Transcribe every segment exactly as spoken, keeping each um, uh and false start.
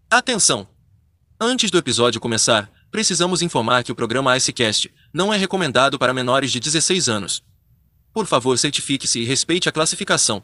Atenção! Antes do episódio começar, precisamos informar que o programa IceCast não é recomendado para menores de dezesseis anos. Por favor, certifique-se e respeite a classificação.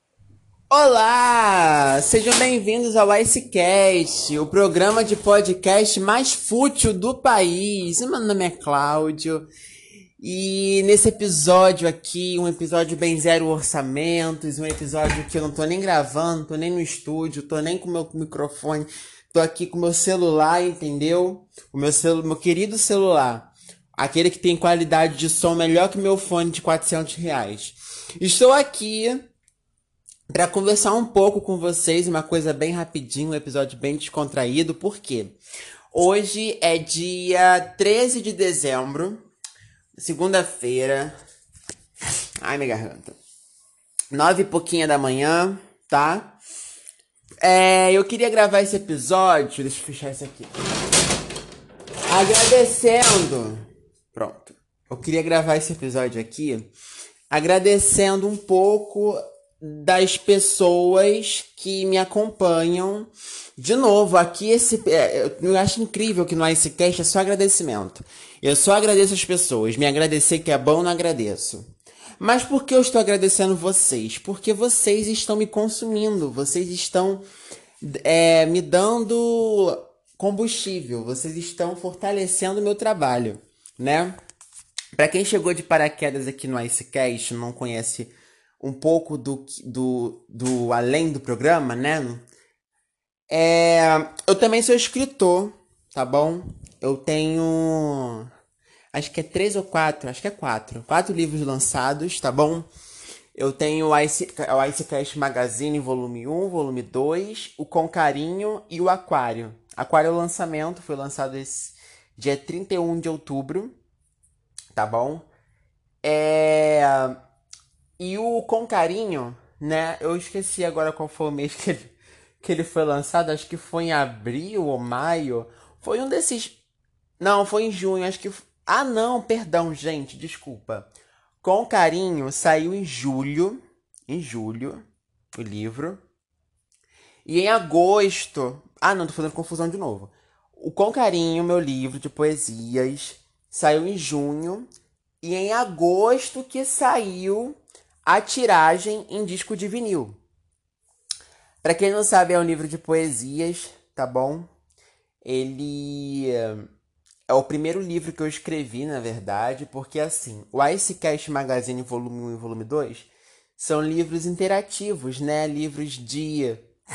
Olá! Sejam bem-vindos ao IceCast, o programa de podcast mais fútil do país. Meu nome é Cláudio e nesse episódio aqui, um episódio bem zero orçamentos, um episódio que eu não tô nem gravando, tô nem no estúdio, tô nem com meu microfone, tô aqui com meu celular, entendeu? O meu, celu meu querido celular, aquele que tem qualidade de som melhor que meu fone de quatrocentos reais. Estou aqui para conversar um pouco com vocês, uma coisa bem rapidinho, um episódio bem descontraído, porque hoje é dia treze de dezembro, segunda-feira. Ai, minha garganta. Nove e pouquinha da manhã, tá? É, eu queria gravar esse episódio, deixa eu fechar isso aqui. Agradecendo. Pronto. Eu queria gravar esse episódio aqui agradecendo um pouco das pessoas que me acompanham. De novo, aqui esse eu acho incrível que no IceCast é só agradecimento. Eu só agradeço as pessoas. Me agradecer que é bom, não agradeço. Mas por que eu estou agradecendo vocês? Porque vocês estão me consumindo. Vocês estão é, me dando combustível. Vocês estão fortalecendo o meu trabalho, né? Para quem chegou de paraquedas aqui no IceCast, não conhece um pouco do, do, do além do programa, né? É, eu também sou escritor, tá bom? Eu tenho, acho que é três ou quatro, acho que é quatro. Quatro livros lançados, tá bom? Eu tenho o, Ice, o IceCast Magazine, volume um, volume dois, o Com Carinho e o Aquário. Aquário é o lançamento, foi lançado esse dia trinta e um de outubro, tá bom? É... E o Com Carinho, né? Eu esqueci agora qual foi o mês que ele, que ele foi lançado. Acho que foi em abril ou maio. Foi um desses... Não, foi em junho. Acho que... Ah, não. Perdão, gente. Desculpa. Com Carinho saiu em julho. Em julho. O livro. E em agosto... Ah, não. Tô fazendo confusão de novo. O Com Carinho, meu livro de poesias, saiu em junho. E em agosto que saiu a tiragem em disco de vinil. Pra quem não sabe, é um livro de poesias, tá bom? Ele é o primeiro livro que eu escrevi, na verdade, porque assim, o IceCast Magazine volume um e volume dois são livros interativos, né? Livros de...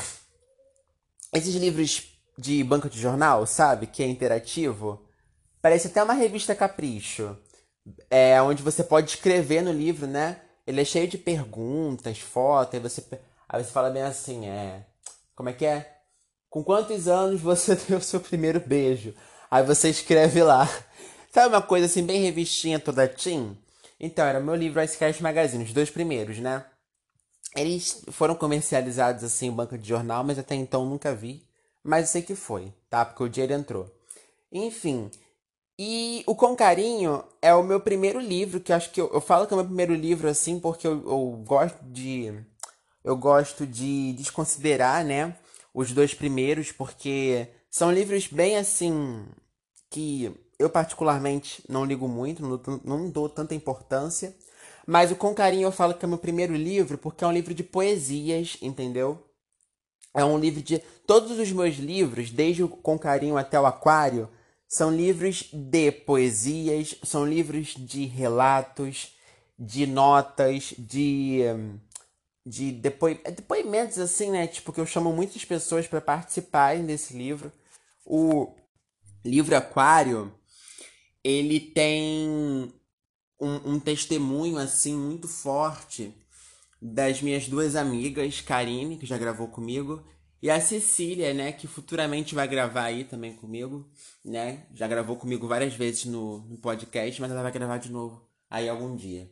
Esses livros de banca de jornal, sabe? Que é interativo. Parece até uma revista Capricho. É onde você pode escrever no livro, né? Ele é cheio de perguntas, fotos, aí você, aí você fala bem assim, é... Como é que é? Com quantos anos você deu o seu primeiro beijo? Aí você escreve lá. Sabe uma coisa assim, bem revistinha toda teen? Então, era o meu livro IceCast Magazine, os dois primeiros, né? Eles foram comercializados assim em banca de jornal, mas até então nunca vi. Mas eu sei que foi, tá? Porque o dinheiro entrou. Enfim... E o Com Carinho é o meu primeiro livro, que eu acho que eu, eu falo que é o meu primeiro livro assim, porque eu, eu gosto de eu gosto de desconsiderar, né, os dois primeiros, porque são livros bem assim que eu particularmente não ligo muito, não, não dou tanta importância. Mas o Com Carinho eu falo que é o meu primeiro livro, porque é um livro de poesias, entendeu? É um livro de todos os meus livros, desde o Com Carinho até o Aquário, são livros de poesias, são livros de relatos, de notas, de, de depoi depoimentos, assim, né? Tipo, que eu chamo muitas pessoas para participarem desse livro. O livro Aquário, ele tem um, um testemunho, assim, muito forte das minhas duas amigas, Karine, que já gravou comigo, e a Cecília, né, que futuramente vai gravar aí também comigo, né? Já gravou comigo várias vezes no, no podcast, mas ela vai gravar de novo aí algum dia.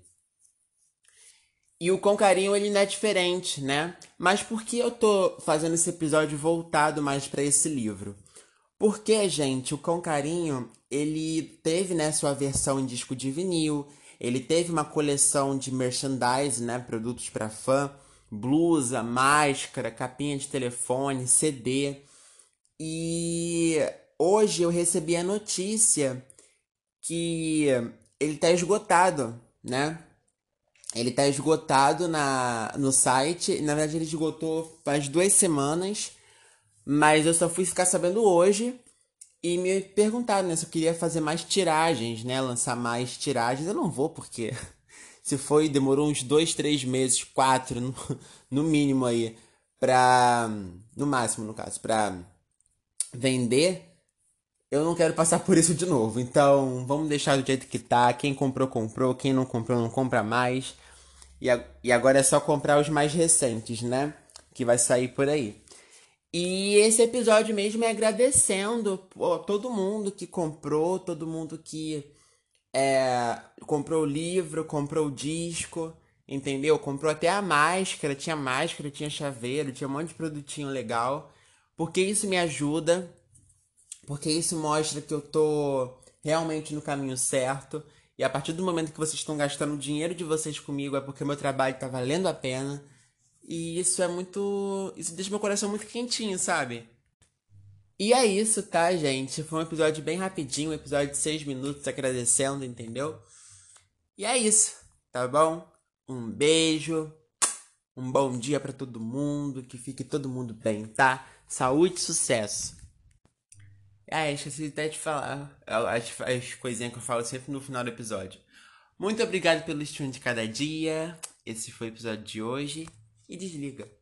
E o Com Carinho, ele não é diferente, né? Mas por que eu tô fazendo esse episódio voltado mais para esse livro? Porque, gente, o Com Carinho, ele teve, né, sua versão em disco de vinil, ele teve uma coleção de merchandise, né, produtos para fã, blusa, máscara, capinha de telefone, C D. E hoje eu recebi a notícia que ele tá esgotado, né? Ele tá esgotado na, no site. Na verdade, ele esgotou faz duas semanas. Mas eu só fui ficar sabendo hoje. E me perguntaram, né, se eu queria fazer mais tiragens, né? Lançar mais tiragens. Eu não vou, porque se foi, demorou uns dois, três meses, quatro, no, no mínimo aí, pra. No máximo, no caso, pra vender. Eu não quero passar por isso de novo. Então, vamos deixar do jeito que tá. Quem comprou, comprou. Quem não comprou, não compra mais. E, a- e agora é só comprar os mais recentes, né? Que vai sair por aí. E esse episódio mesmo é agradecendo, pô, todo mundo que comprou, todo mundo que é, comprou o livro, comprou o disco, entendeu? Comprou até a máscara, tinha máscara, tinha chaveiro, tinha um monte de produtinho legal. Porque isso me ajuda, porque isso mostra que eu tô realmente no caminho certo. E a partir do momento que vocês estão gastando o dinheiro de vocês comigo, é porque meu trabalho tá valendo a pena. E isso é muito. Isso deixa meu coração muito quentinho, sabe? E é isso, tá, gente? Foi um episódio bem rapidinho, um episódio de seis minutos agradecendo, entendeu? E é isso, tá bom? Um beijo, um bom dia pra todo mundo, que fique todo mundo bem, tá? Saúde e sucesso. Ah, esqueci até de falar as, as coisinhas que eu falo sempre no final do episódio. Muito obrigado pelo stream de cada dia. Esse foi o episódio de hoje. E desliga.